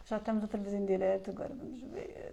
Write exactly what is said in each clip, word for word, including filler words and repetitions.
Já estamos outra vez em direto, agora vamos ver.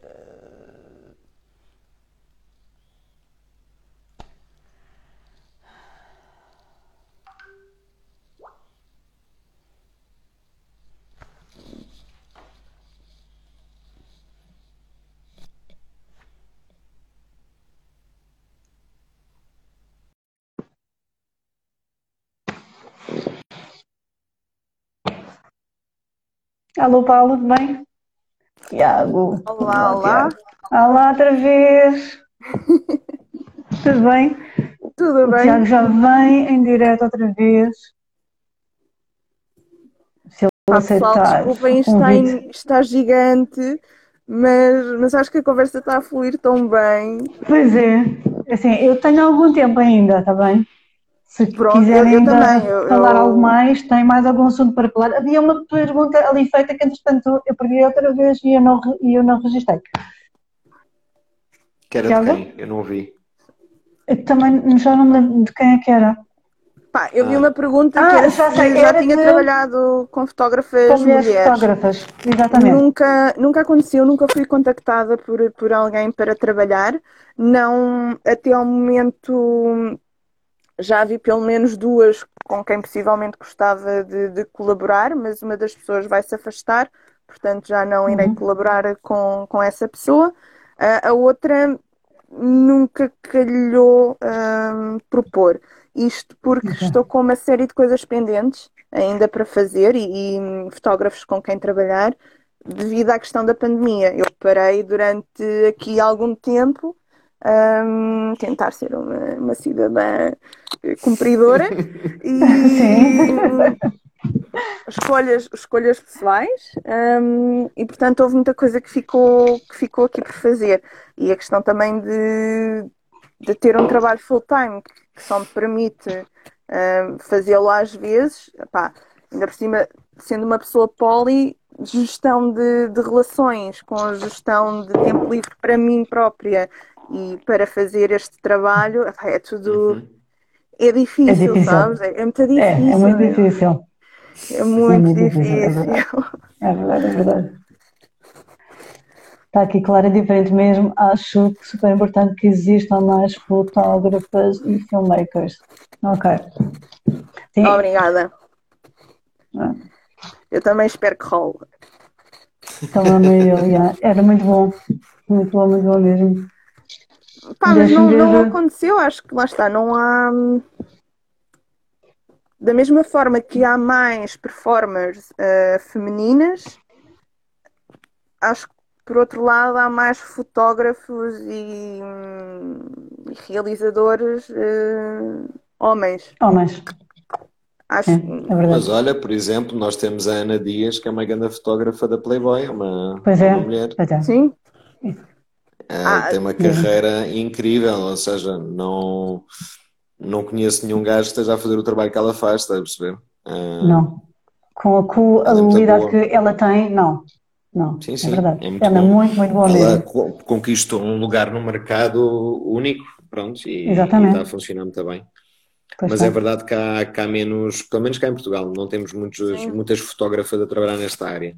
Alô, Paulo, tudo bem? Tiago, Olá, olá, olá, Tiago. Olá, outra vez. Tudo bem? tudo O Tiago bem? já vem em direto outra vez. Se ele Pá, pessoal, aceitar desculpem, o está, convite. em- está gigante, mas, mas acho que a conversa está a fluir tão bem. Pois é, assim, eu tenho algum tempo ainda, está bem? Se Pronto, eu, quiserem eu ainda também, eu, falar algo eu- mais, tem mais algum assunto para falar? Havia uma pergunta ali feita que, entretanto, eu perdi outra vez e eu não, re- e eu não registrei. Que era de Tiago? quem? Eu não ouvi. Eu também já não me lembro de quem é que era. pá, eu vi Ah, uma pergunta que Ah, era já sei, se já era tinha de trabalhado com com fotógrafas mulheres mulheres. fotógrafas, exatamente. Nunca, nunca aconteceu, nunca fui contactada por, por alguém para trabalhar. Não, até ao momento já vi pelo menos duas com quem possivelmente gostava de, de colaborar, mas uma das pessoas vai se afastar, portanto já não irei Uhum. colaborar com, com essa pessoa. A, a outra nunca calhou hum, propor. Isto porque Ok. estou com uma série de coisas pendentes ainda para fazer e, e fotógrafos com quem trabalhar devido à questão da pandemia. Eu parei durante aqui algum tempo, hum, tentar ser uma, uma cidadã cumpridora Sim, e escolhas, escolhas pessoais, hum, e portanto houve muita coisa que ficou, que ficou aqui por fazer. E a questão também de, de ter um trabalho full-time que só me permite hum, fazê-lo às vezes, pá, ainda por cima, sendo uma pessoa poli, gestão de, de relações com gestão de tempo livre para mim própria e para fazer este trabalho, epá, é tudo. uhum. É é difícil, difícil. sabes? É, é muito É, é difícil. muito É, difícil. é É muito muito difícil, é difícil. verdade. É verdade, é verdade. Está aqui claro, é diferente mesmo. Acho que super importante que existam mais fotógrafas e filmmakers. Ok. Sim, Obrigada. Eu também espero que role. também eu, yeah. Era muito bom. Muito bom, muito bom mesmo. Pá, mas Deixa-me não, ver. não aconteceu. Acho que lá está. Não há. Da mesma forma que há mais performers uh, femininas, acho que por outro lado há mais fotógrafos e, e realizadores uh, homens. Homens. Acho. Sim, é Mas verdade. olha, por exemplo, nós temos a Ana Dias, que é uma grande fotógrafa da Playboy, é uma, Pois é é, uma mulher. pois é. Sim. Ah, Ah, tem uma Mesmo. carreira incrível, ou seja, não, não conheço nenhum gajo que esteja a fazer o trabalho que ela faz, estás a perceber? Ah, Não. Com a, com a ela é muito habilidade que boa. ela tem, não. Não, Sim, é sim, verdade. é muito Ela é bom. muito, muito boa Ela mesmo. co- conquistou um lugar no mercado único, pronto, e, e está a Exatamente. funcionar muito bem. Pois Mas está. é verdade que há, que há menos, pelo menos cá em Portugal, não temos muitos, sim. muitas fotógrafas a trabalhar nesta área.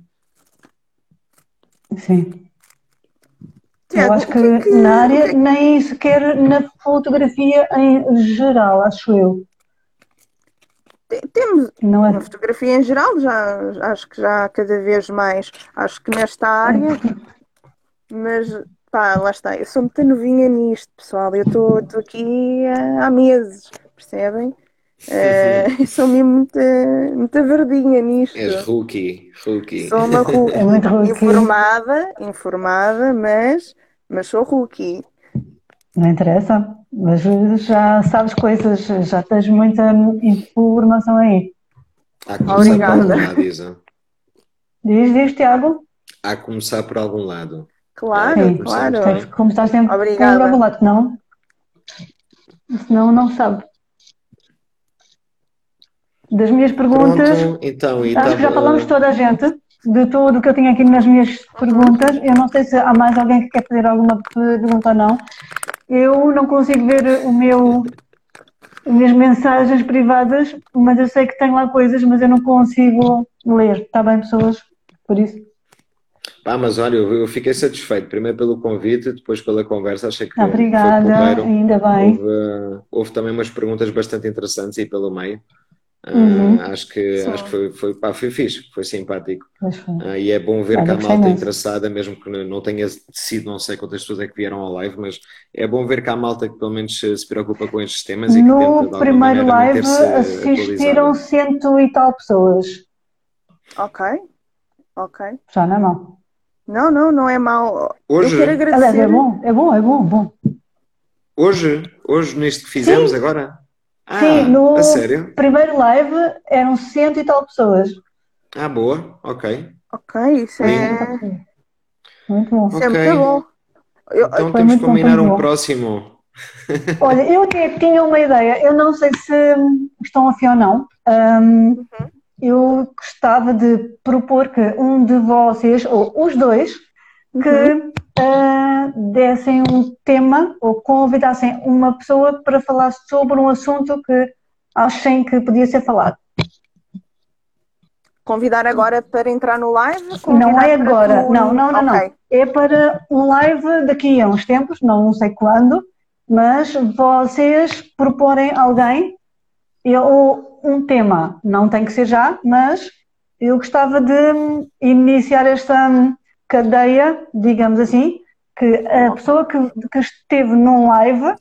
Sim. Eu Tiago, acho o que que é que, na o área, que é nem sequer na fotografia em geral, acho eu. Te- Temos, Não na é? fotografia em geral, já acho que já cada vez mais, acho que nesta área, mas pá, lá está, eu sou muito novinha nisto, pessoal, eu estou aqui há, há meses, percebem? Eh, eu sou mesmo muito, muito verdinha nisto. És rookie, rookie. Sou uma É rookie, muito rookie. informada, informada, mas, mas sou rookie. Não interessa. Mas já sabes coisas, já tens muita informação aí. Há que começar por algum Obrigada. lado, Isa. Diz, diz, Tiago. Há que começar por algum lado. É, Claro, Sim, começamos claro. tens que bem. começar sempre por algum Obrigada. lado, senão, senão não sabe. Das minhas perguntas, Pronto, então, e acho que estava. já falamos de toda a gente, de tudo o que eu tinha aqui nas minhas Uhum. perguntas. Eu não sei se há mais alguém que quer fazer alguma pergunta ou não. Eu não consigo ver o meu, as minhas mensagens privadas, mas eu sei que tenho lá coisas, mas eu não consigo ler. Está bem, pessoas? Por isso. Pá, mas olha, eu, eu fiquei satisfeito, primeiro pelo convite, depois pela conversa, achei que, que foi Obrigada, porreiro. ainda bem. Houve, eh, houve também umas perguntas bastante interessantes aí pelo meio. Ah, Uhum. acho que, acho que Sim. foi, foi, pá, foi fixe, foi simpático. Pois foi. Ah, e é bom ver que Olha, há gostei malta imenso. interessada, mesmo que não tenha sido, não sei quantas pessoas é que vieram ao live, mas é bom ver que há malta que pelo menos se, se preocupa com estes temas e que tenta de No alguma primeiro maneira live manter-se assistiram atualizada. cento e tal pessoas. Ok, ok. Já não é mau. Não, não, não é mau. Eu quero Hoje, Aliás, é agradecer. bom, é bom, é bom, bom. hoje, hoje nisto que fizemos Sim, agora? sim, Ah, a no sério? primeiro live eram cento e tal pessoas. Ah, boa, ok. Ok, isso Cento e tal é, pessoas. Muito bom. isso é Ok, muito bom. Eu, então Foi temos que muito bom, foi combinar muito um bom. próximo. Olha, eu até tinha uma ideia, eu não sei se estão afim ou não. Ahm, eu gostava de propor que um de vocês, ou os dois, uhum. que ah, dessem um tema ou convidassem uma pessoa para falar sobre um assunto que achem que podia ser falado. Convidar agora para entrar no live? Não Convidar é para agora, não, tu. não, não, não. Ok, É para um live daqui a uns tempos, não sei quando, mas vocês proporem alguém ou um tema, não tem que ser já, mas eu gostava de iniciar esta cadeia, digamos assim, que a pessoa que, que esteve num live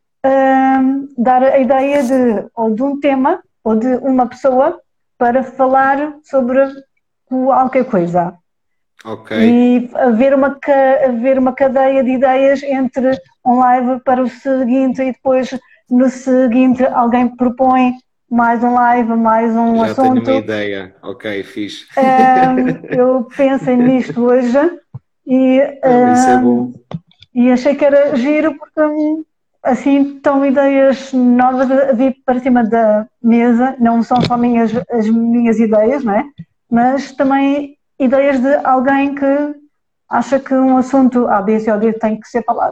hum, dar a ideia de ou de um tema ou de uma pessoa para falar sobre qualquer coisa Ok, e haver uma, haver uma cadeia de ideias entre um live para o seguinte e depois no seguinte alguém propõe mais um live, mais um já tenho uma assunto. ideia. Ok, fixe. Um, eu pensei nisto hoje e, Não, isso é bom. um, e achei que era giro porque hum, assim estão ideias novas a vir para cima da mesa, não são só minhas, as minhas ideias, não é? Mas também ideias de alguém que acha que um assunto A, B, C ou D tem que ser falado.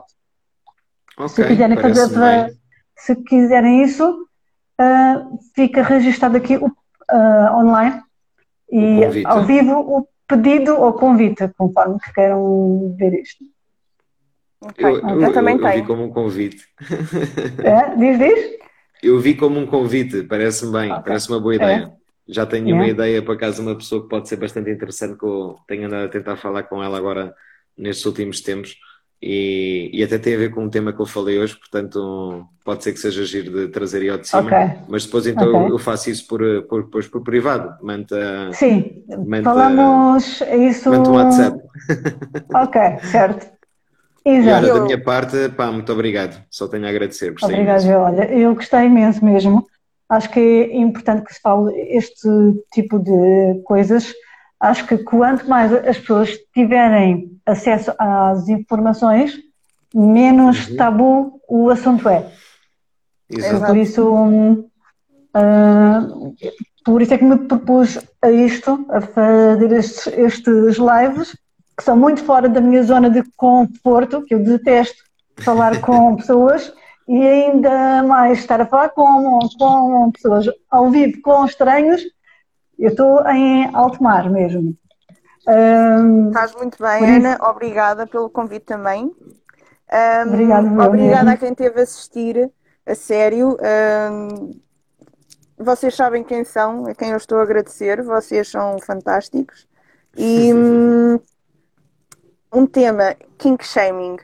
Ok, Se quiserem fazer, parece-me bem. se quiserem isso, uh, fica registado aqui uh, online O e convite. ao vivo o pedido ou convite, conforme que queiram ver isto. Eu, ok. Eu eu, também eu, eu vi tenho. como um convite. É? Diz, diz? Eu vi como um convite, parece-me bem, Ok. parece uma boa ideia. É, Já tenho uma é. ideia, por acaso, uma pessoa que pode ser bastante interessante, que eu tenho andado a tentar falar com ela agora nestes últimos tempos, e, e até tem a ver com um tema que eu falei hoje, portanto, pode ser que seja giro de trazer aí ao de Ok, cima, mas depois então ok. eu, eu faço isso por, por, por, por privado, manda, Sim, manda, falamos isso. manda um WhatsApp. Ok, certo. E E olha, da Exato. minha eu. parte, pá, muito obrigado, só tenho a agradecer, gostei Obrigada, imenso. eu, olha, eu gostei imenso mesmo. Acho que é importante que se fale este tipo de coisas. Acho que quanto mais as pessoas tiverem acesso às informações, menos Uhum, tabu o assunto é. E exato. por Exato. isso, hum, ah, por isso é que me propus a isto, a fazer estes, estes lives, que são muito fora da minha zona de conforto, que eu detesto falar com pessoas, e ainda mais estar a falar com, com pessoas ao vivo, com estranhos. Eu estou em alto mar mesmo. Ahm, Estás muito bem, por isso, Ana. Obrigada pelo convite também. Ahm, obrigado eu obrigada a mesmo. quem esteve a assistir. A sério. Ahm, vocês sabem quem são, a quem eu estou a agradecer. Vocês são fantásticos. E hum, um tema, kink shaming.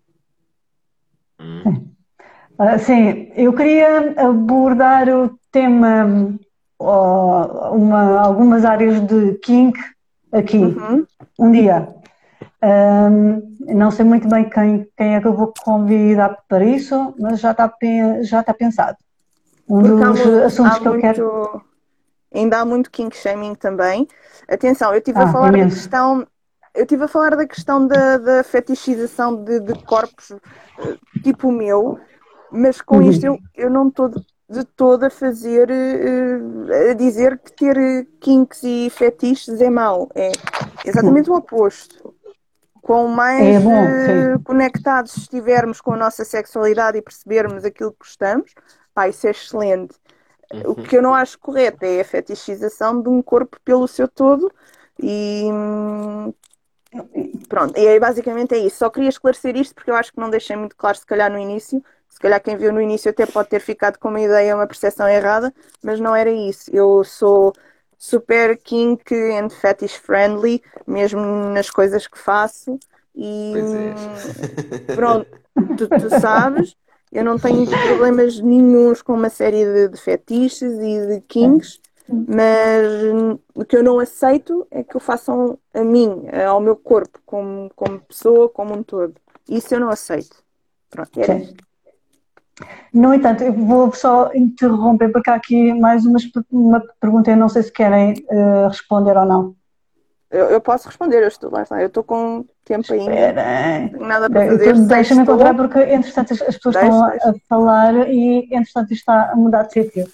Hum, Ah, sim, eu queria abordar o tema, ó, uma, algumas áreas de kink aqui, Uhum. um dia. Ahm, não sei muito bem quem, quem é que eu vou convidar para isso, mas já está, pen- já está pensado. Um Porque há dos muito, há assuntos que eu quero. muito, ainda há muito kink shaming também. Atenção, eu estive a Ah, falar da imenso. questão, eu estive a falar da questão da, da fetichização de, de corpos eh, tipo o meu, mas com isto Uhum. eu, eu não estou de, de todo a fazer, eh, a dizer que ter eh, kinks e fetiches é mau. É exatamente o oposto. Quanto É mais bom, sim. eh, conectados estivermos com a nossa sexualidade e percebermos aquilo que gostamos, pá, isso é excelente. O uhum. que eu não acho correto é a fetichização de um corpo pelo seu todo e hum, Pronto, e aí basicamente é isso. Só queria esclarecer isto porque eu acho que não deixei muito claro, se calhar no início. Se calhar quem viu no início até pode ter ficado com uma ideia, uma percepção errada, mas não era isso. Eu sou super kink and fetish friendly, mesmo nas coisas que faço. E Pois é. pronto, tu, tu sabes, eu não tenho problemas nenhuns com uma série de, de fetiches e de kinks, mas o que eu não aceito é que o façam a mim, ao meu corpo, como, como pessoa, como um todo. Isso eu não aceito. Pronto, era Sim. No entanto, eu vou só interromper porque há aqui mais uma, uma pergunta, eu não sei se querem uh, responder ou não. Eu, eu posso responder, eu estou lá, está. Eu estou com tempo ainda, Espera. não tenho nada para De- fazer. tu- Deixa-me Sextou. encontrar porque, entretanto, as as pessoas Deixa, estão a, deixa. a falar e, entretanto, isto está a mudar de sítio.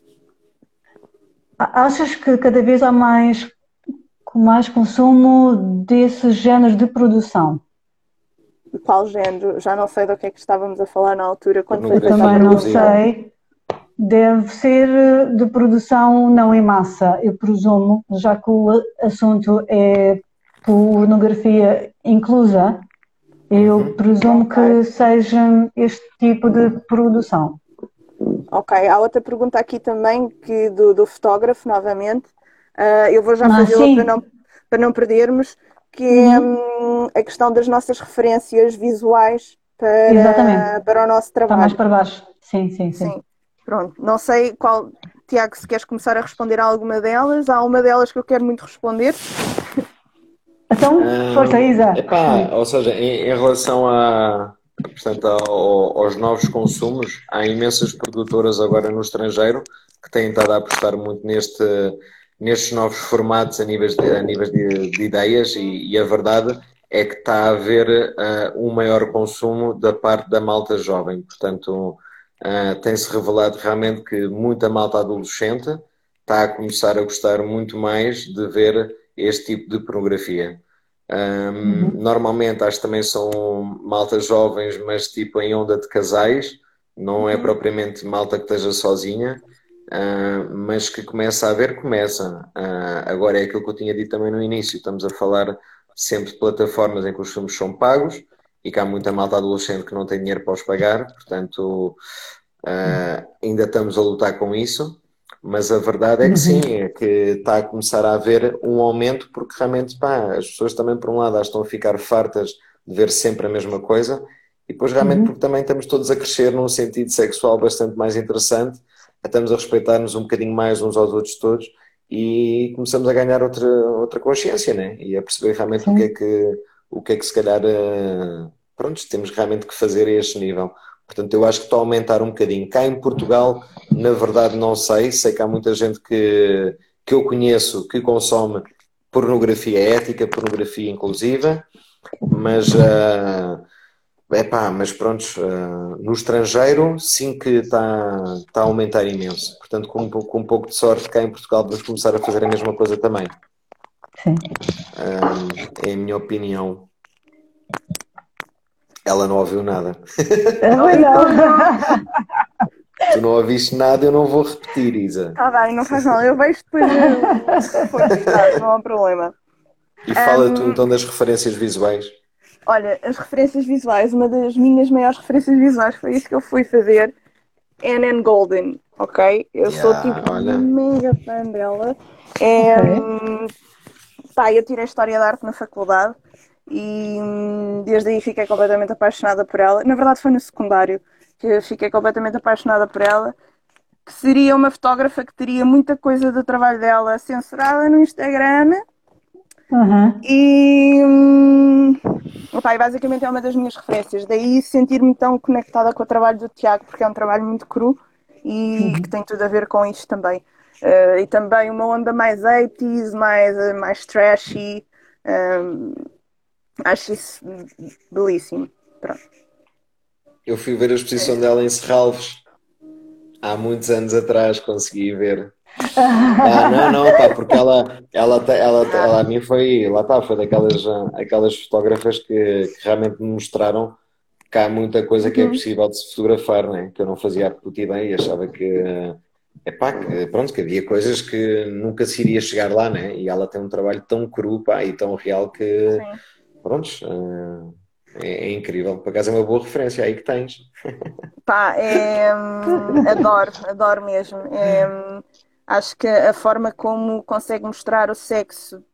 A- Achas que cada vez há mais, com mais consumo desses géneros de produção? Qual género? Já não sei do que é que estávamos a falar na altura, quando foi Eu feita a também não pergunta. sei. Deve ser eh, de produção não em massa, eu presumo, já que o assunto é pornografia inclusa, eu Uhum. presumo Ok. que seja este tipo de produção. Ok, há outra pergunta aqui também que do, do fotógrafo, novamente. Ah, eu vou já Ah, fazê-la para sim. não, para não perdermos, que é Uhum. hum, a questão das nossas referências visuais Exatamente. para, para o nosso Está mais trabalho. para baixo. Sim, sim, sim. Sim, pronto. Não sei qual, Tiago, se queres começar a responder a alguma delas. Há uma delas que eu quero muito responder. Então, força, Ahm, Isa. epá, ou seja, em, em relação a, portanto, ao- aos novos consumos, há imensas produtoras agora no estrangeiro que têm estado a apostar muito neste, nestes novos formatos a níveis de, a níveis de, de ideias e, e a verdade é que está a haver ah, um maior consumo da parte da malta jovem. Portanto, ah, tem-se revelado realmente que muita malta adolescente está a começar a gostar muito mais de ver este tipo de pornografia. Um, Uhum. normalmente acho que também são maltas jovens, mas tipo em onda de casais, não é Uhum. propriamente malta que esteja sozinha, uh, mas que começa a ver, começa. Uh, agora é aquilo que eu tinha dito também no início, estamos a falar sempre de plataformas em que os filmes são pagos e que há muita malta adolescente que não tem dinheiro para os pagar, portanto uh, ainda estamos a lutar com isso. Mas a verdade é que sim, Uhum. é que está a começar a haver um aumento, porque realmente, pá, as pessoas também, por um lado, elas estão a ficar fartas de ver sempre a mesma coisa, e depois realmente porque Uhum. também estamos todos a crescer num sentido sexual bastante mais interessante, estamos a respeitar-nos um bocadinho mais uns aos outros todos, e começamos a ganhar outra, outra consciência, né? E a perceber realmente o que é Sim. que, o que é que se calhar, eh, pronto, temos realmente que fazer a este nível. Portanto, eu acho que está a aumentar um bocadinho. Cá em Portugal, na verdade, não sei. Sei que há muita gente que, que eu conheço que consome pornografia ética, pornografia inclusiva, mas, uh, epá, mas pronto, uh, no estrangeiro sim que está, está a aumentar imenso. Portanto, com, um pouco- com um pouco de sorte, cá em Portugal vamos começar a fazer a mesma coisa também. Sim. Um, é a minha opinião. Ela não ouviu nada. Ah, Então, não. não. Tu não ouviste nada, eu não vou repetir, Isa. Está bem, não faz mal. Eu vejo depois eh, o o que for postado, não há problema. E fala tu Ahm, então das referências visuais. olha, as referências visuais, uma das minhas maiores referências visuais foi isso que eu fui fazer. Anne and Golden, ok? Eu sou tipo Yeah, olha, mega fã dela. É, Ok. pá, eu tirei História da Arte na faculdade e hum, desde aí fiquei completamente apaixonada por ela. Na verdade foi no secundário que eu fiquei completamente apaixonada por ela. Que seria uma fotógrafa que teria muita coisa do trabalho dela censurada no Instagram Uhum. e, hum, opá, e basicamente é uma das minhas referências. Daí sentir-me tão conectada com o trabalho do Tiago, porque é um trabalho muito cru e que Uhum. tem tudo a ver com isto também. Uh, e também uma onda mais oitenta, mais, uh, mais trashy. Um, acho isso belíssimo. Pronto. eu fui ver a exposição dela em Serralves há muitos anos atrás, consegui ver. Ah, não, não, pá, porque ela, ela, te- ela, te- ela a mim foi, lá está, foi daquelas ah, aquelas fotógrafas que, que realmente me mostraram que há muita coisa que é Uhum. possível de se fotografar, né? Que eu não fazia a puta ideia, achava que, Epá, que, pronto, que havia coisas que nunca se iria chegar lá, né? E ela tem um trabalho tão cru, pá, e tão real que, Sim. pronto, é, é incrível. Por acaso é uma boa referência aí que tens. Pá, é, hum, adoro, adoro mesmo. É, hum, acho que a forma como consegue mostrar o sexo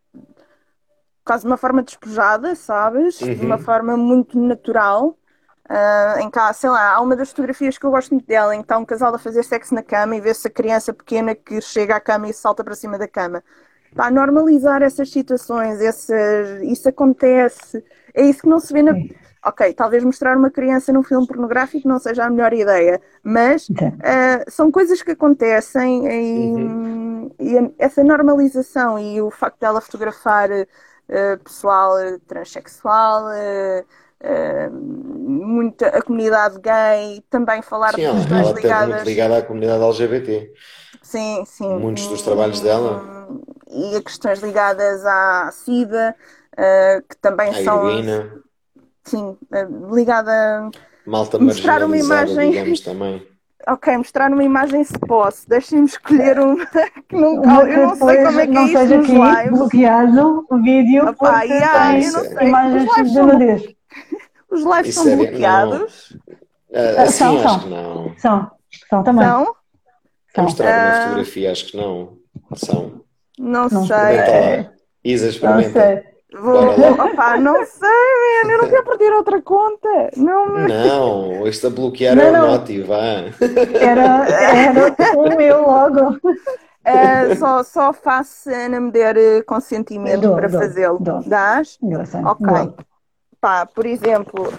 quase de uma forma despojada, sabes? De uma Uhum. forma muito natural. Ah, em cá, sei lá, há uma das fotografias que eu gosto muito dela, em que está um casal a fazer sexo na cama e vê-se a criança pequena que chega à cama e salta para cima da cama. Pá, normalizar essas situações, essas, isso acontece, é isso que não se vê na. Sim, Ok, talvez mostrar uma criança num filme pornográfico não seja a melhor ideia, mas sim. ah, são coisas que acontecem Uhum. e, e essa normalização e o facto dela fotografar ah, pessoal ah, transexual, ah, ah, muita, a comunidade gay, também falar Sim, de ela, questões ela esteve muito ligadas. ligada à comunidade L G B T. Sim, sim. Muitos dos trabalhos dela, E, e a questões ligadas à SIDA, eh, que também a são, heroína, sim, eh, ligada a malta mostrar uma marginalizada, imagem. digamos também. Ok, mostrar uma imagem se posso. Deixem-me escolher uma que não. Uma Eu que não sei depois como é que é não isto seja nos aqui lives. bloqueado o vídeo Opá, porque Ah, yeah, eu tem não isso é. sei. Os imagens lives de são, nudez. os lives Isso são é. Não. bloqueados? Ah, Ah, assim são, acho que são. não. São. São também. São? A São. mostrar uma Ah, fotografia, acho que não. São. não Não Experimenta sei. sei. lá. Isa, Não experimenta. sei. Vou, Bora vou, lá. opá, não sei, man. Eu não quero perder outra conta. Não me. Não, este a bloquear é Não, o não. Naughty, vá. Era, era o meu logo. Uh, só, só faço se a Ana me der uh, consentimento Dou, para dou, fazê-lo. dou. Dás? Dou, sim. Ok. Dou. Pá, por exemplo,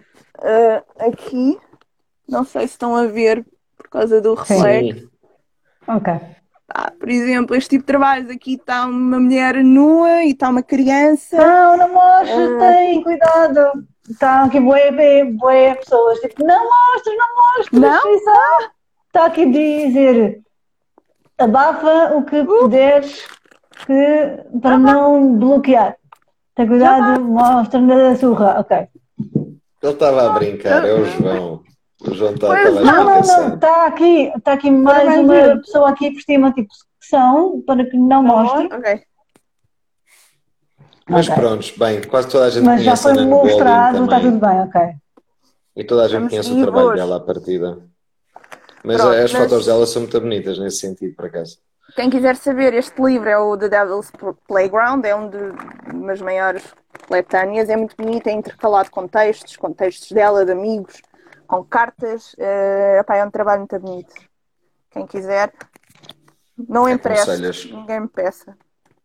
uh, aqui, não sei se estão a ver por causa do Sim. reflexo. Sim. Ok. Pá, por exemplo, este tipo de trabalhos. Aqui está uma mulher nua e está uma criança. Não, não mostres, Uh, tem cuidado. Está aqui bué, bué, bué pessoas. Tipo, não mostres, não mostres. não? Está aqui a dizer, abafa o que Uh, puderes que, para já vai, não bloquear. Tem já vai. cuidado, mostra-me a surra. Ok. Ele estava a brincar, é o Uh, João. O João tá- pois estava a Não, achar não, não, não. engraçado. Está aqui, está aqui agora mais vai uma ver. pessoa aqui por cima, tipo, secção, para que não Não, mostre. ok. Mas Ok. pronto, bem, quase toda a gente Mas já conhece a foi Nan Goldin mostrado, está tudo também. bem, ok. E toda a gente Vamos conhece o seguir trabalho hoje. dela à partida. Mas Pronto, as fotos mas dela são muito bonitas nesse sentido, por acaso. quem quiser saber, este livro é o The Devil's Playground, é um de umas maiores coletâneas, é muito bonito, é intercalado com textos, com textos dela, de amigos, com cartas. É, epá, é um trabalho muito bonito. Quem quiser, não empresto, Aconselhas. ninguém me peça.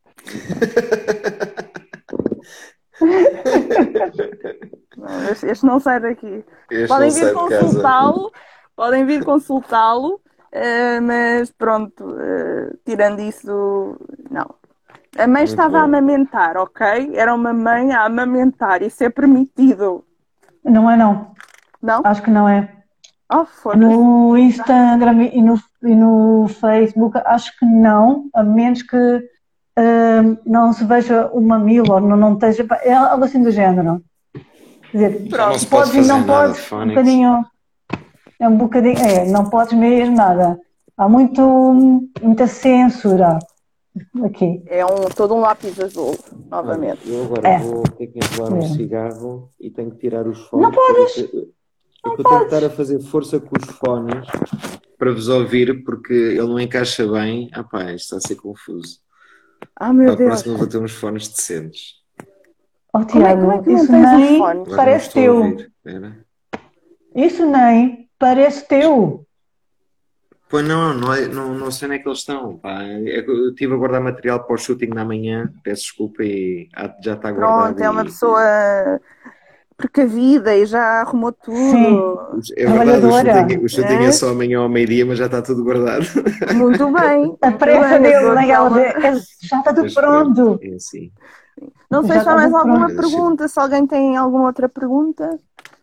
Não, este, este não sai daqui. Este não Podem vir sai de casa. consultá-lo, podem vir consultá-lo, eh, mas pronto, eh, tirando isso, não. A mãe Muito estava a bom. amamentar, ok? Era uma mãe a amamentar, isso é permitido, Não é não. não? Acho que não é. Oh, foda-se. No Instagram e no, e no Facebook, acho que não, a menos que hum, não se veja o mamilo ou não, não esteja. É algo assim do género. Quer dizer, Já não se Pronto, pode podes e fazer não nada de podes, um Phonics. bocadinho. É um bocadinho. É, não podes mesmo nada. Há muito, muita censura aqui. é um, todo um lápis azul, Olha, novamente. eu agora É, vou ter que enrolar um mesmo. cigarro e tenho que tirar os Não fones, porque podes, eu, é não que eu tenho que estar a podes. fazer força com os fones para vos ouvir, porque ele não encaixa bem. Ah pá, isto está a ser confuso. Ah, meu Para a Deus. próxima vou ter uns fones decentes. Oh, Como é, como é Tiago, que não isso tens os nem fones? Agora não parece estou a teu. ouvir. Espera. Isso nem parece teu. Pois não, não, é- não, não sei onde é que eles estão. Pá. É que eu estive a guardar material para o shooting na manhã, peço desculpa e ah, já está Pronto, guardado é uma e pessoa precavida e já arrumou Sim, tudo. é verdade, o shooting, trabalhadora. o shooting é É? só amanhã ao meio-dia, mas já está tudo guardado. Muito bem, A muito pressa bem. Eu dele dou naquela de aquela. "É, já está tudo Mas pronto, pronto. é assim. Não sei Já se há está mais tudo alguma pronto. Coisas assim. pergunta. Se alguém tem alguma outra pergunta,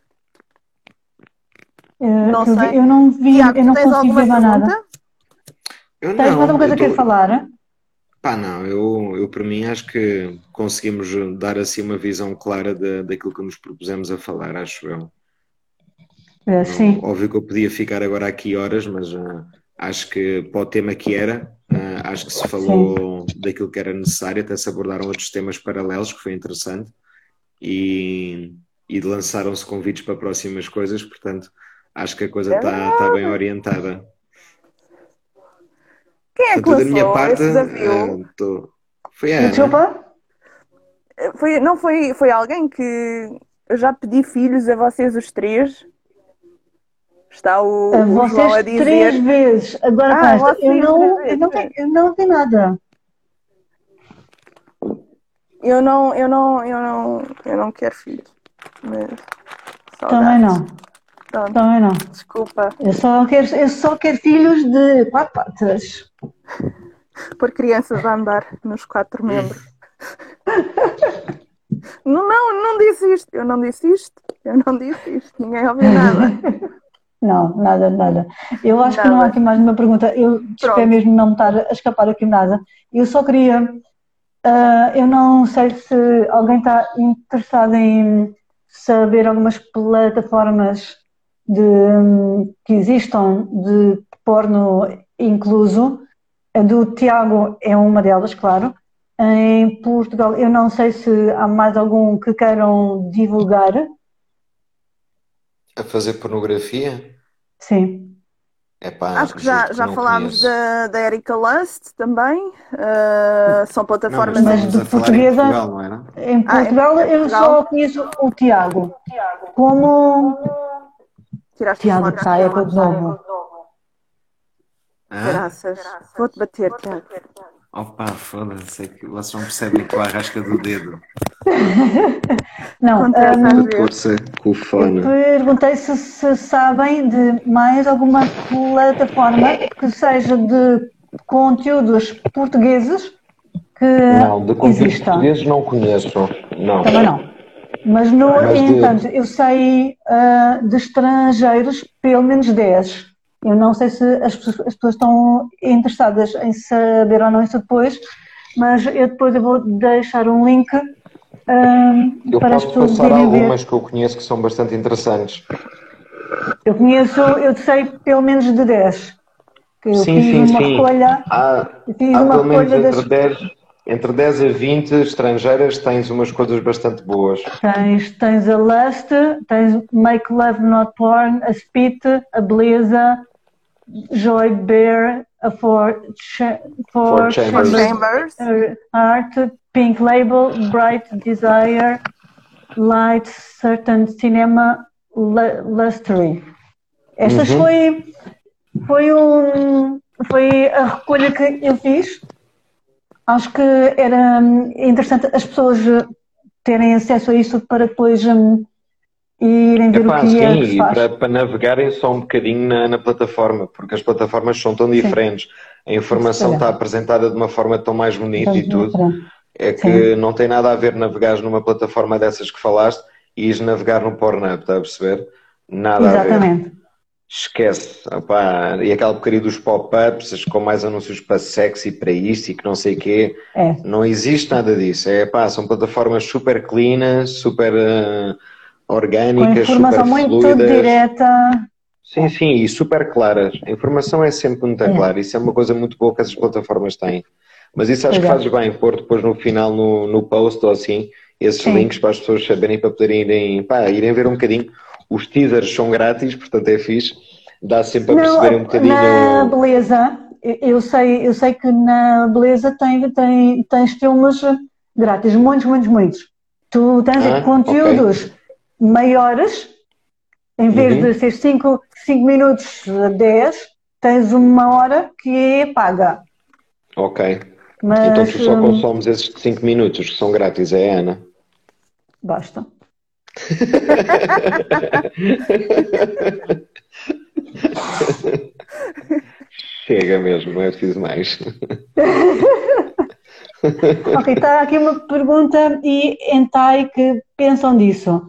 Eh, não que eu, vi- sei. eu não vi, Tiago, eu tu não tens consegui alguma ver mais nada. pergunta? Eu Tens mais alguma não, eu coisa que queres estou. falar? Pá, não, eu, eu por mim acho que conseguimos dar assim uma visão clara da daquilo que nos propusemos a falar, acho eu. Eh, Não, sim, óbvio que eu podia ficar agora aqui horas, mas ah, Acho que para o tema que era, uh, acho que se falou Sim. daquilo que era necessário, até se abordaram outros temas paralelos, que foi interessante, e, e lançaram-se convites para próximas coisas, portanto, acho que a coisa está tá bem orientada. Quem é que portanto, da minha parte, esse desafio? Uh, tô... Foi a Ana. Desculpa? Foi, não foi, foi alguém que eu já pedi filhos a vocês os três? Está o, A o vocês João a dizer... três vezes. Agora, ah, pensa, eu não, eu, não tenho, eu não tenho nada. Eu não, eu não, eu não, eu não quero filhos. Mas... Também não. Pronto. Também não. Desculpa. Eu só quero, eu só quero filhos de quatro patas. Por crianças a andar nos quatro membros. Não, não, não disse isto. Eu não disse isto. Eu não disse isto. Ninguém ouviu nada. Não, nada, nada. Eu acho nada. que não há aqui mais uma pergunta. Eu espero mesmo não me estar a escapar aqui nada. Eu só queria... Uh, eu não sei se alguém está interessado em saber algumas plataformas de, um, que existam de porno incluso. A do Tiago é uma delas, claro. Em Portugal, eu não sei se há mais algum que queiram divulgar. A fazer pornografia? Sim. Epá, acho que já, já falámos da, da Erika Lust também. Uh, são plataformas... Não, mas, mas de portuguesa, em Portugal, não era? Em Portugal, ah, em, em Portugal eu só conheço o Tiago. Como... Tiraste Tiago Saia de novo. Graças. Vou-te bater, Tiago. Opa, foda-se, é que vocês não percebem que eu arrasca do dedo. Não, um, força com o fone. Perguntei se, se sabem de mais alguma plataforma que seja de conteúdos portugueses que Não, de conteúdos existam. portugueses não conheço. Não. Também não. Mas, no Mas entanto, de... eu sei uh, de estrangeiros pelo menos dez. Eu não sei se as pessoas, as pessoas estão interessadas em saber ou não isso depois, mas eu depois eu vou deixar um link um, eu para as posso pessoas passar algumas ver. que eu conheço que são bastante interessantes. Eu conheço, eu sei pelo menos de dez. Que eu sim, fiz sim, uma sim. recolha. Há, eu fiz há uma pelo menos recolha entre, das... dez, entre dez a vinte estrangeiras tens umas coisas bastante boas. Tens, tens a Lust, tens Make Love Not Porn, a Spit, a Beleza, Joy Bear, a For, For, for Chambers, chambers. Art, Pink Label, Bright Desire, Light, Certain Cinema, Lustery. Estas uhum. foi, foi, um, foi a recolha que eu fiz. Acho que era interessante as pessoas terem acesso a isso para depois um, irem ver Epá, o que sim, é que se faz. E para, para navegarem só um bocadinho na, na plataforma, porque as plataformas são tão diferentes. Sim. A informação está apresentada de uma forma tão mais bonita tão e tudo. Diferente. É que Sim. não tem nada a ver navegares numa plataforma dessas que falaste e ires navegar no Pornhub, está a perceber? Nada Exatamente. a ver. Esquece. Opá, e aquela porcaria dos pop-ups com mais anúncios para sexy, para isto e que não sei o quê. É. Não existe nada disso. É, pá, são plataformas super clean, super uh, orgânicas, com informação super muito fluidas. direta. Sim, sim, e super claras. A informação é sempre muito é. clara. Isso é uma coisa muito boa que essas plataformas têm. Mas isso acho Exato. que fazes bem, pôr depois no final no, no post ou assim, esses sim. links para as pessoas saberem, para poderem irem, pá, irem ver um bocadinho. Os teasers são grátis, portanto é fixe. Dá sempre a perceberem um bocadinho. Na Beleza, eu sei, eu sei que na Beleza tem, tem, tens filmes grátis, muitos, muitos, muitos. Tu tens ah, conteúdos okay. maiores, em vez uhum. de ser cinco minutos, dez, tens uma hora que é paga. Ok. Mas, então tu só consomes esses cinco minutos que são grátis, é Ana? Basta. Chega mesmo, não é preciso mais. Ok, está aqui uma pergunta e Hentai que pensam disso.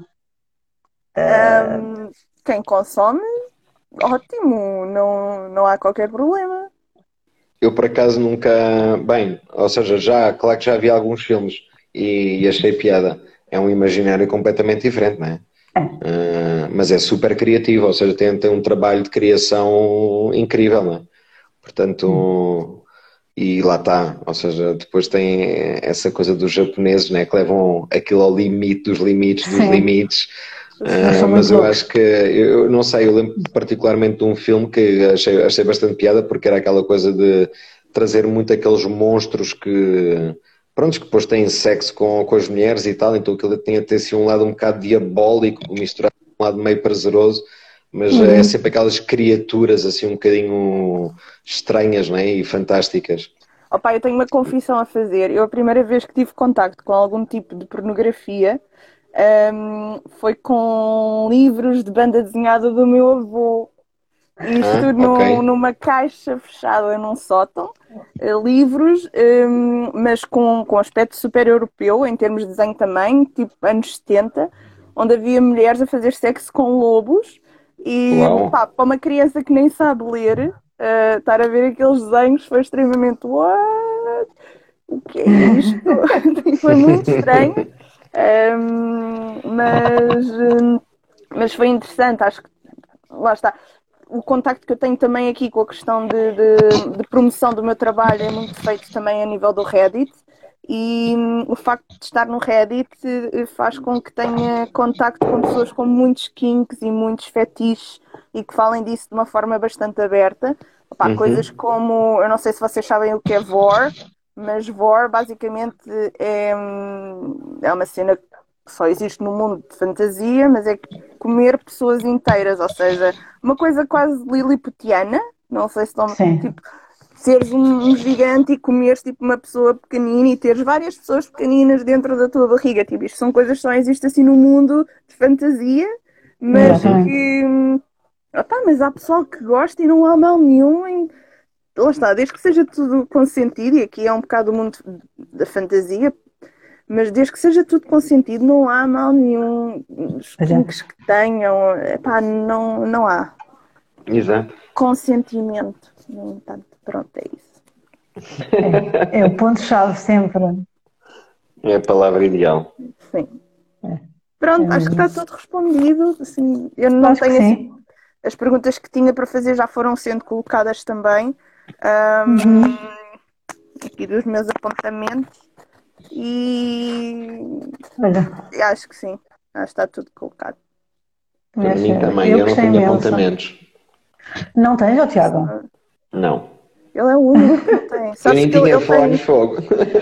Um, quem consome, ótimo, não, não há qualquer problema. Eu por acaso nunca, bem, ou seja, já, claro que já vi alguns filmes e, e achei piada. É um imaginário completamente diferente, não é? É. Uh, mas é super criativo, ou seja, tem, tem um trabalho de criação incrível, não é? Portanto, e lá está, ou seja, depois tem essa coisa dos japoneses, né, que levam aquilo ao limite dos limites dos Sim. limites. Eles são Uh, muito mas eu loucos. acho que, eu não sei, eu lembro particularmente de um filme que achei, achei bastante piada, porque era aquela coisa de trazer muito aqueles monstros que, pronto, que depois têm sexo com, com as mulheres e tal, então aquilo tinha de ter assim um lado um bocado diabólico, misturado com um lado meio prazeroso, mas é Uhum. sempre aquelas criaturas assim um bocadinho estranhas, né, e fantásticas. Opa, eu tenho uma confissão a fazer. Eu, a primeira vez que tive contacto com algum tipo de pornografia, hum, foi com livros de banda desenhada do meu avô. Isto Ah, ok. no- numa caixa fechada num sótão. eh, Livros, hum, mas com, com aspecto super europeu, em termos de desenho também, tipo anos setenta, onde havia mulheres a fazer sexo com lobos. E Uau. pá, para uma criança que nem sabe ler, eh, estar a ver aqueles desenhos foi extremamente what? O que é isto? Foi muito estranho. Hum, mas, hum, mas foi interessante, acho que lá está. O contacto que eu tenho também aqui com a questão de, de, de promoção do meu trabalho é muito feito também a nível do Reddit. E hum, o facto de estar no Reddit eh, faz com que tenha contacto com pessoas com muitos kinks e muitos fetiches e que falem disso de uma forma bastante aberta. Opá, coisas Uhum. como, eu não sei se vocês sabem o que é vor, mas vor basicamente é, hum, é uma cena que só existe no mundo de fantasia, mas é comer pessoas inteiras, ou seja, uma coisa quase liliputiana. Não sei se estão, Sim. tipo, seres um, um gigante e comeres tipo uma pessoa pequenina e teres várias pessoas pequeninas dentro da tua barriga. Tipo, isto são coisas que só existem assim no mundo de fantasia, mas Exatamente. que opá, mas há pessoal que gosta e não há mal nenhum em... Lá está, desde que seja tudo consentido, e aqui é um bocado o mundo da fantasia, mas desde que seja tudo consentido, não há mal nenhum. Os Pois é. kinks que tenham, epá, não, não há. Exato. Consentimento. No entanto, pronto, é isso. É, é o ponto-chave sempre. É a palavra ideal. Sim. É, Pronto, é acho que mesmo. está tudo respondido. Assim, eu não Acho que tenho assim. sim. As perguntas que tinha para fazer já foram sendo colocadas também. Ahm, Uhum. aqui dos meus apontamentos. E Olha, acho que sim. Acho que está tudo colocado. Para acho- mim também, eu eu não gostei tenho imenso. apontamentos. Não tens, ó, Tiago? Não. Ele é o único que não tem. Eu Sabes nem que ele, tinha ele fones, tem. fogo.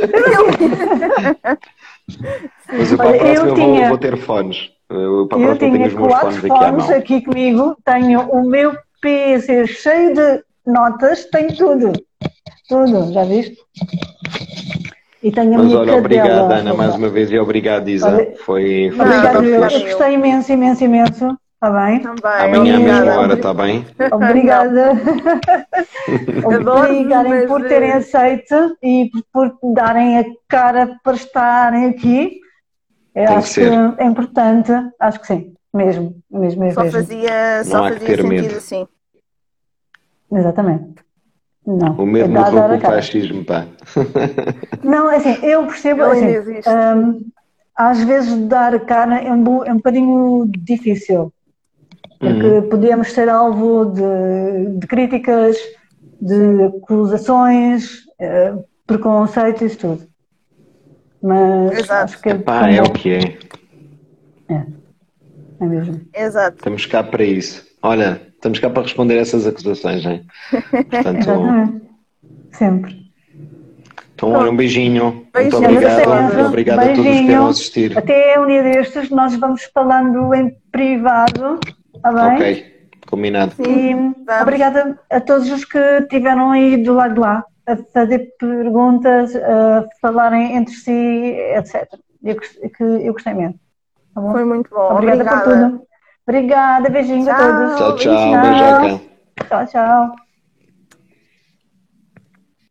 Mas eu para a Olha, próxima eu eu vou, vou tinha, ter fones. Eu para a eu próxima tenho tinha os meus quatro fones aqui à fones mão. aqui comigo. Tenho o meu P C cheio de notas, tenho tudo. Tudo, já viste? E tenho a Mas minha olha, obrigado cadela. Ana mais uma vez e obrigado Isa. Olha, Foi, foi Nada, obrigado, super eu, eu obrigada fixe. eu. gostei imenso, imenso, imenso. Está bem? Também, Amanhã à E mesma obrigada. hora, obri- está bem? Não, obrigada. adoro-vos, Obrigarem mas por terem eh, aceito e por darem a cara para estarem aqui. Eu Tem que acho que ser. é importante, acho que sim, mesmo, mesmo, mesmo, só mesmo. fazia, Não só há que fazia ter sentido medo. assim. Exatamente. O Não, é medo dar, morreu dar com a o cara. fascismo, pá. Não, é assim, eu percebo, Ele ainda assim, existe. hum, às vezes dar a cara é um, bo- é um bocadinho difícil, porque Uhum. podemos ser alvo de, de críticas, de acusações, eh, preconceitos e isso tudo. Mas acho Exato, que é Epá, tão é o bom. que é. É, é mesmo. exato. Estamos cá para isso. Olha, estamos cá para responder a essas acusações, hein? Portanto, Exatamente. Sempre. então, olha, um Pronto, beijinho. Muito beijinhos a Gostei obrigado. E todas. imenso. obrigado a todos os que vieram Beijinho. assistir. Até um dia destes, nós vamos falando em privado, está Ok, bem? combinado. Sim, E vamos. obrigada a todos os que estiveram aí do lado de lá, a fazer perguntas, a falarem entre si, etcétera. Eu, gost- que eu gostei mesmo, tá Foi bom? muito bom. Obrigada por Obrigada. tudo. Obrigada, beijinhos a todos. Tchau, Tchau, tchau. beijinhos. Tchau, Beijoca. tchau, tchau.